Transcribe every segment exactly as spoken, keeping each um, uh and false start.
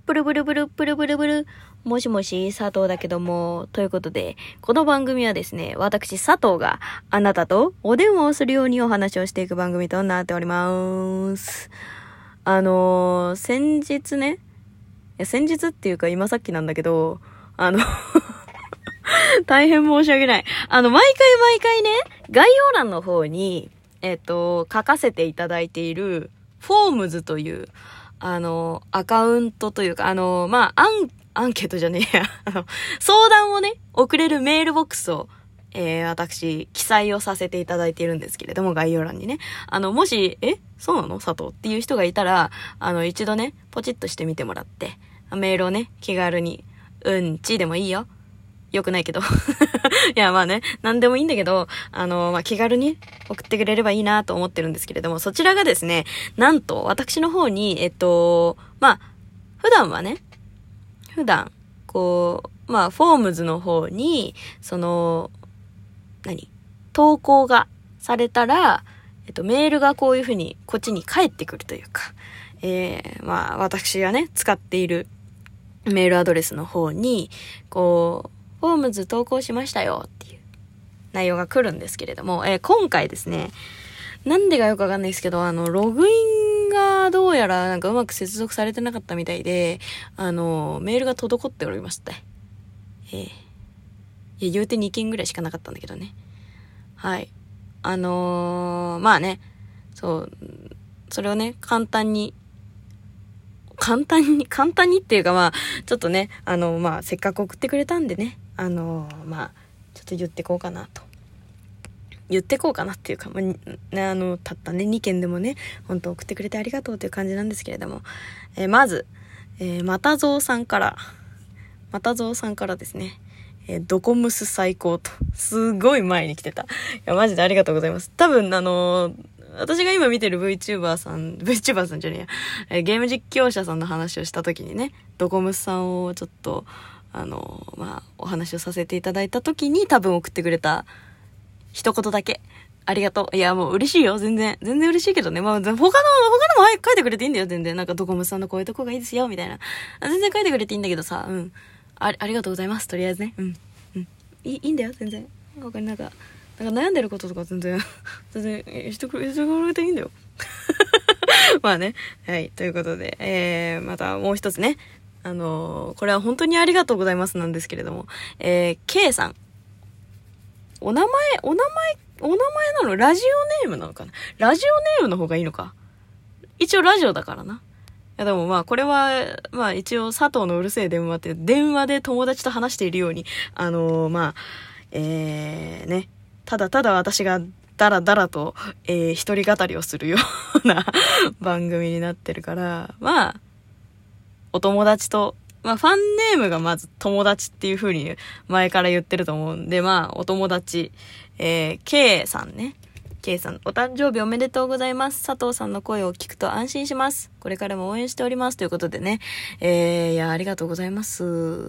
ブルブルブルブルブルブル。もしもし、佐藤だけども。ということで、この番組はですね、私佐藤があなたとお電話をするようにお話をしていく番組となっております。あのー、先日ね、いや先日っていうか今さっきなんだけど、あの、大変申し訳ない。あの、毎回毎回ね、概要欄の方に、えっと、書かせていただいている、フォームズという、あの、アカウントというか、あの、まあ、アン、アンケートじゃねえや。あの、相談をね、送れるメールボックスを、えー、私、記載をさせていただいているんですけれども、概要欄にね。あの、もし、えそうなの佐藤っていう人がいたら、あの、一度ね、ポチッとしてみてもらって、メールをね、気軽に、うんちでもいいよ。よくないけど。いや、まあね、なんでもいいんだけど、あの、まあ、気軽に送ってくれればいいなと思ってるんですけれども、そちらがですね、なんと、私の方に、えっと、まあ、普段はね、普段、こう、まあ、フォームズの方に、その、何投稿がされたら、えっと、メールがこういうふうに、こっちに返ってくるというか、えー、まあ、私がね、使っているメールアドレスの方に、こう、フォームズ投稿しましたよっていう内容が来るんですけれども、えー、今回ですね、なんでかよくわかんないですけど、あの、ログインがどうやらなんかうまく接続されてなかったみたいで、あの、メールが滞っておりまして、えー、いや、言うてにけんぐらいしかなかったんだけどね。はい。あのー、まあね、そう、それをね、簡単に、簡単に、簡単にっていうかまあ、ちょっとね、あの、まあ、せっかく送ってくれたんでね、あの、まあ、ちょっと言ってこうかなと。言ってこうかなっていうか、まあ、ね、あの、たったね、にけんでもね、本当送ってくれてありがとうという感じなんですけれども、えー、まず、えー、またぞうさんから、またぞうさんからですね、えー、ドコムス最高と、すごい前に来てた。いや、マジでありがとうございます。多分、あのー、私が今見てる VTuber さん、VTuber さんじゃねえや、えー、ゲーム実況者さんの話をした時にね、ドコムスさんをちょっと、あのー、まあ、お話をさせていただいた時に多分送ってくれた一言だけ。ありがとう。いや、もう嬉しいよ。全然。全然嬉しいけどね。まあ、他の、他のも書いてくれていいんだよ、全然。なんかドコムスさんのこういうとこがいいですよ、みたいな。全然書いてくれていいんだけどさ、うん。あ, ありがとうございます。とりあえずね。うん。うん。いい、いいんだよ、全然。わかんなんか、なんか悩んでることとか全然、全然、してくれ、してくれていいんだよ。まあね。はい。ということで、えー、またもう一つね。あのー、これは本当にありがとうございますなんですけれども、えー、K さん。お名前、お名前、お名前なの？ラジオネームなのかな？ラジオネームの方がいいのか。一応ラジオだからな。いやでもまあこれは、まあ一応佐藤のうるせえ電話って電話で友達と話しているように、あのー、まあ、えー、ね、ただただ私がダラダラと、えー、一人語りをするような番組になってるから、まあ、お友達と、まあファンネームがまず友達っていう風に前から言ってると思うんで、まあお友達、えー、K さんね。K さん、お誕生日おめでとうございます。佐藤さんの声を聞くと安心します。これからも応援しております。ということでね。えー、いや、ありがとうございます。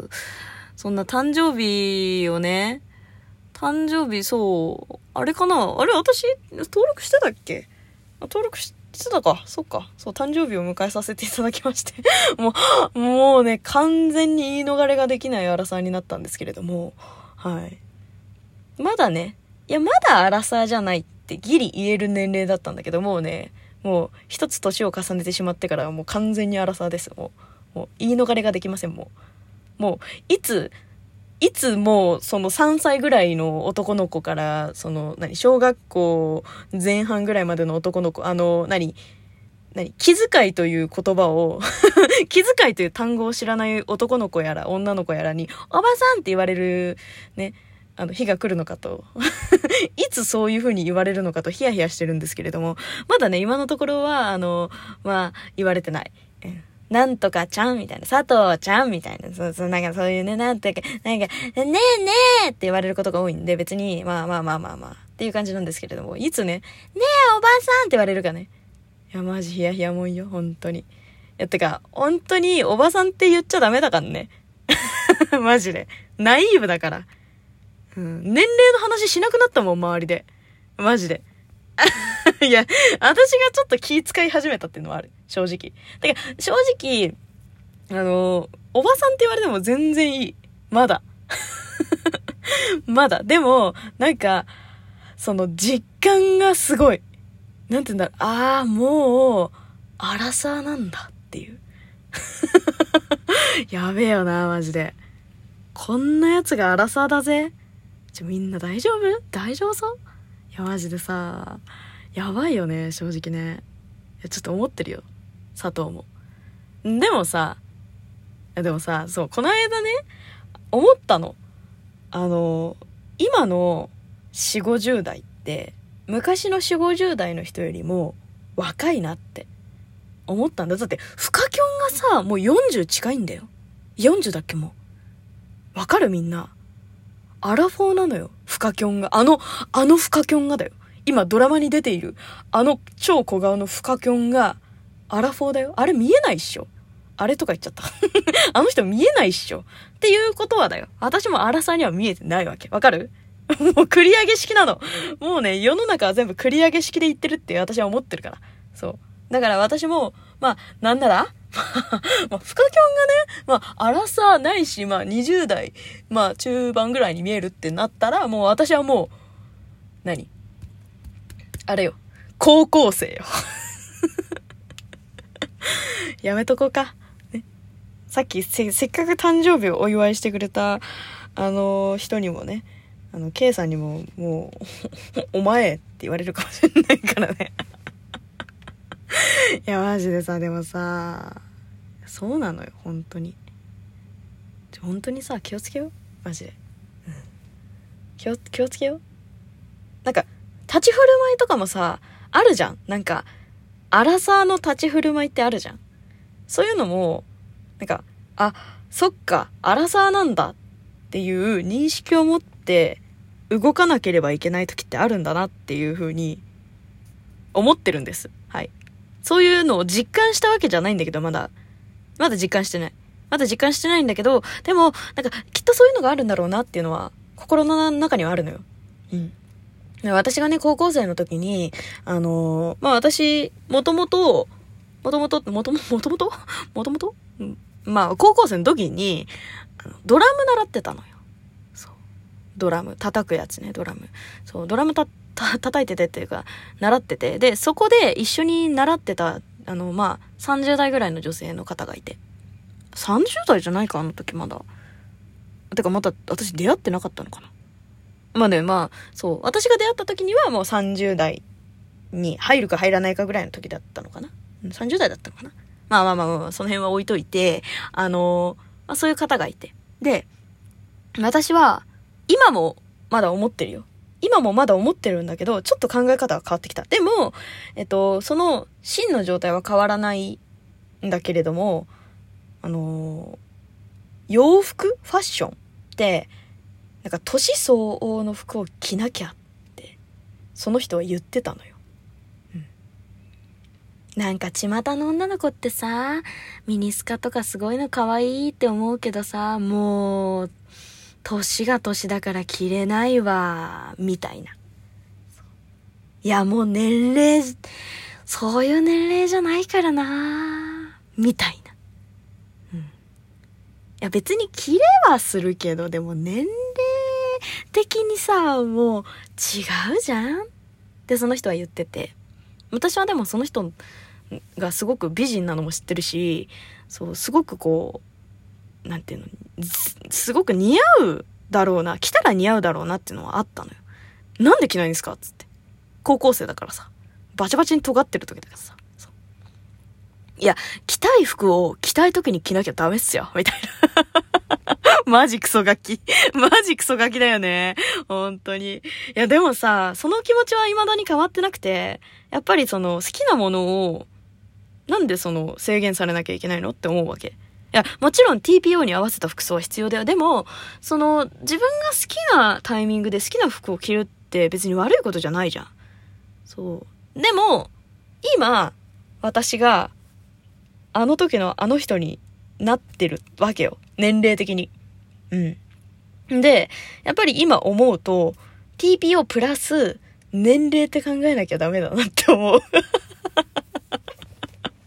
そんな誕生日をね、誕生日、そう、あれかなあれ、私、登録してたっけ？登録してたか。そっか。そう、誕生日を迎えさせていただきまして。もう、もうね、完全に言い逃れができないアラサーになったんですけれども、はい。まだね、いや、まだアラサーじゃないってギリ言える年齢だったんだけど、もうね、もう一つ年を重ねてしまってからはもう完全にアラサーです。もう、もう言い逃れができません、もう。もう、いつ、いつもうそのさんさいぐらいの男の子から、その、何、小学校前半ぐらいまでの男の子、あの、何、何、気遣いという言葉を、気遣いという単語を知らない男の子やら女の子やらに、おばさんって言われる、ね、あの、日が来るのかと。いつそういう風に言われるのかとヒヤヒヤしてるんですけれども、まだね、今のところは、あの、まあ、言われてない。なんとかちゃんみたいな、佐藤ちゃんみたいな、そうそう、なんかそういうね、なんていうか、なんか、ねえねえって言われることが多いんで、別に、まあまあまあまあまあ、っていう感じなんですけれども、いつね、ねえおばさんって言われるかね。いや、マジヒヤヒヤもんよ、本当に。いや、てか、本当におばさんって言っちゃダメだからね。マジで。ナイーブだから。うん、年齢の話しなくなったもん、周りで。マジで。いや、私がちょっと気遣い始めたっていうのはある。正直。だから、正直、 あの、おばさんって言われても全然いい。まだ。まだ。でも、なんか、その実感がすごい。なんて言うんだろう。ああ、もう、アラサーなんだっていう。やべえよな、マジで。こんなやつがアラサーだぜ。ちょ、みんな大丈夫？大丈夫そう？いや、マジでさ、やばいよね、正直ね。いや、ちょっと思ってるよ。佐藤も。でもさ、でもさ、そう、この間ね、思ったの。あの、今のよんじゅう、ごじゅう代って、昔のよんじゅう、ごじゅう代の人よりも若いなって思ったんだ。だって、フカキョンがさ、もうよんじゅう近いんだよ。よんじゅうだっけもう。わかるみんな。アラフォーなのよ、フカキョンが。あの、あのフカキョンがだよ。今ドラマに出ている、あの超小顔のフカキョンが、アラフォーだよ。あれ見えないっしょ。あれとか言っちゃった。あの人見えないっしょ。っていうことはだよ。私もアラサーには見えてないわけ。わかる？もう繰り上げ式なの。もうね、世の中は全部繰り上げ式で言ってるって私は思ってるから。そう。だから私も、まあ、なんならまあ、フカキョンがね、まあ、アラサーないし、まあ、にじゅう代、まあ、中盤ぐらいに見えるってなったら、もう私はもう、何？あれよ。高校生よ。やめとこうか。ね、さっきせ、せっかく誕生日をお祝いしてくれた、あのー、人にもね、あの、K さんにも、もう、お前って言われるかもしれないからね。いや、マジでさ、でもさ、そうなのよ、本当に。本当にさ、気をつけよう。マジで。うん、気を、気をつけよう。なんか、立ち振る舞いとかもさ、あるじゃん。なんか、アラサーの立ち振る舞いってあるじゃん。そういうのも、なんか、あ、そっか、アラサーなんだっていう認識を持って動かなければいけない時ってあるんだなっていう風に思ってるんです。はい。そういうのを実感したわけじゃないんだけど、まだ、まだ実感してない。まだ実感してないんだけど、でも、なんか、きっとそういうのがあるんだろうなっていうのは、心の中にはあるのよ。うん。私がね、高校生の時に、あのー、まあ、私、もともと、もともと、もとも、もともともともとまあ、高校生の時に、ドラム習ってたのよ。そう。ドラム、叩くやつね、ドラム。そう、ドラムた、た、叩いててっていうか、習ってて。で、そこで一緒に習ってた、あの、まあ、さんじゅう代ぐらいの女性の方がいて。さんじゅう代じゃないか、あの時まだ。てか、まだ、私出会ってなかったのかな。まあね、まあ、そう。私が出会った時にはもうさんじゅう代に入るか入らないかぐらいの時だったのかな。さんじゅう代だったのかな。まあまあまあまあ、その辺は置いといて、あのー、まあそういう方がいて。で、私は、今もまだ思ってるよ。今もまだ思ってるんだけど、ちょっと考え方が変わってきた。でも、えっと、その真の状態は変わらないんだけれども、あのー、洋服？ファッションって、なんか年相応の服を着なきゃってその人は言ってたのよ、うん、なんか巷の女の子ってさ、ミニスカとかすごいの可愛いって思うけどさ、もう年が年だから着れないわみたいな。いやもう年齢そういう年齢じゃないからなみたいな、うん、いや別に着れはするけど、でも年齢的にさ、もう違うじゃんってその人は言ってて、私はでもその人がすごく美人なのも知ってるし、そうすごくこうなんていうの す, すごく似合うだろうな、着たら似合うだろうなっていうのはあったのよ。なんで着ないんですかっつって、高校生だからさ、バチバチに尖ってる時だからさ、そういや着たい服を着たい時に着なきゃダメっすよみたいなマジクソガキ。マジクソガキだよね。本当に。いや、でもさ、その気持ちは未だに変わってなくて、やっぱりその好きなものを、なんでその制限されなきゃいけないのって思うわけ。いや、もちろん ティーピーオー に合わせた服装は必要だよ。でも、その自分が好きなタイミングで好きな服を着るって別に悪いことじゃないじゃん。そう。でも、今、私が、あの時のあの人になってるわけよ。年齢的に。うん。で、やっぱり今思うと、ティーピーオー プラス年齢って考えなきゃダメだなって思う。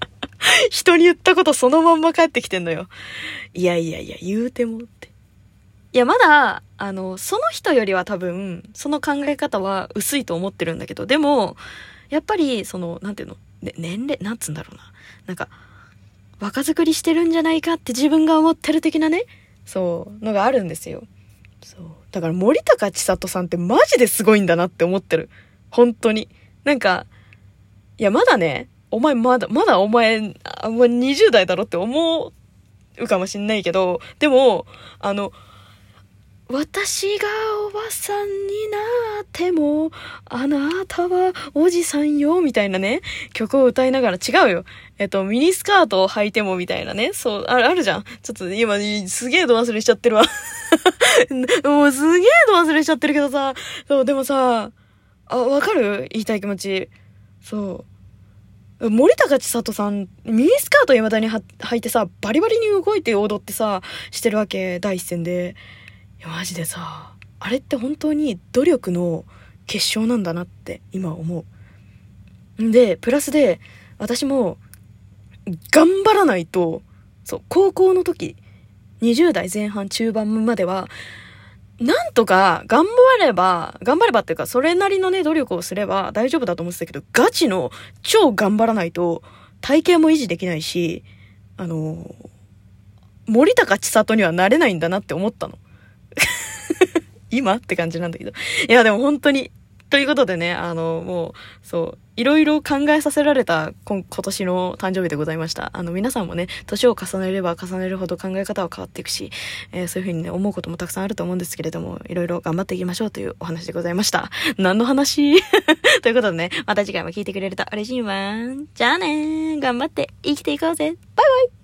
人に言ったことそのまんま返ってきてんのよ。いやいやいや、言うてもって。いや、まだ、あの、その人よりは多分、その考え方は薄いと思ってるんだけど、でも、やっぱり、その、なんていうの、ね、年齢、なんつうんだろうな。なんか、若作りしてるんじゃないかって自分が思ってる的なね、そう、のがあるんですよ。そう。だから森高千里さんってマジですごいんだなって思ってる。本当に。なんか、いや、まだね、お前まだ、まだお前、あんまにじゅう代だろって思うかもしんないけど、でも、あの、私がおばさんになっても、あなたはおじさんよ、みたいなね、曲を歌いながら、違うよ。えっと、ミニスカートを履いてもみたいなね、そう、ある、あるじゃん。ちょっと今、すげえ度忘れしちゃってるわ。もうすげえ度忘れしちゃってるけどさ、そう、でもさ、あ、わかる？言いたい気持ち。そう。森高千里さん、ミニスカート未だに履いてさ、バリバリに動いて踊ってさ、してるわけ、第一線で。いや、マジでさ、あれって本当に努力の結晶なんだなって今思う。んで、プラスで、私も、頑張らないと、そう、高校の時、にじゅう代前半中盤までは、なんとか頑張れば、頑張ればっていうか、それなりのね、努力をすれば大丈夫だと思ってたけど、ガチの超頑張らないと、体型も維持できないし、あの、森高千里にはなれないんだなって思ったの。今って感じなんだけど。いや、でも本当に、ということでね、あの、もう、そう、いろいろ考えさせられた今、今年の誕生日でございました。あの、皆さんもね、年を重ねれば重ねるほど考え方は変わっていくし、えー、そういう風にね、思うこともたくさんあると思うんですけれども、いろいろ頑張っていきましょうというお話でございました。何の話ということでね、また次回も聞いてくれると嬉しいわ。じゃあねー、頑張って生きていこうぜ。バイバイ。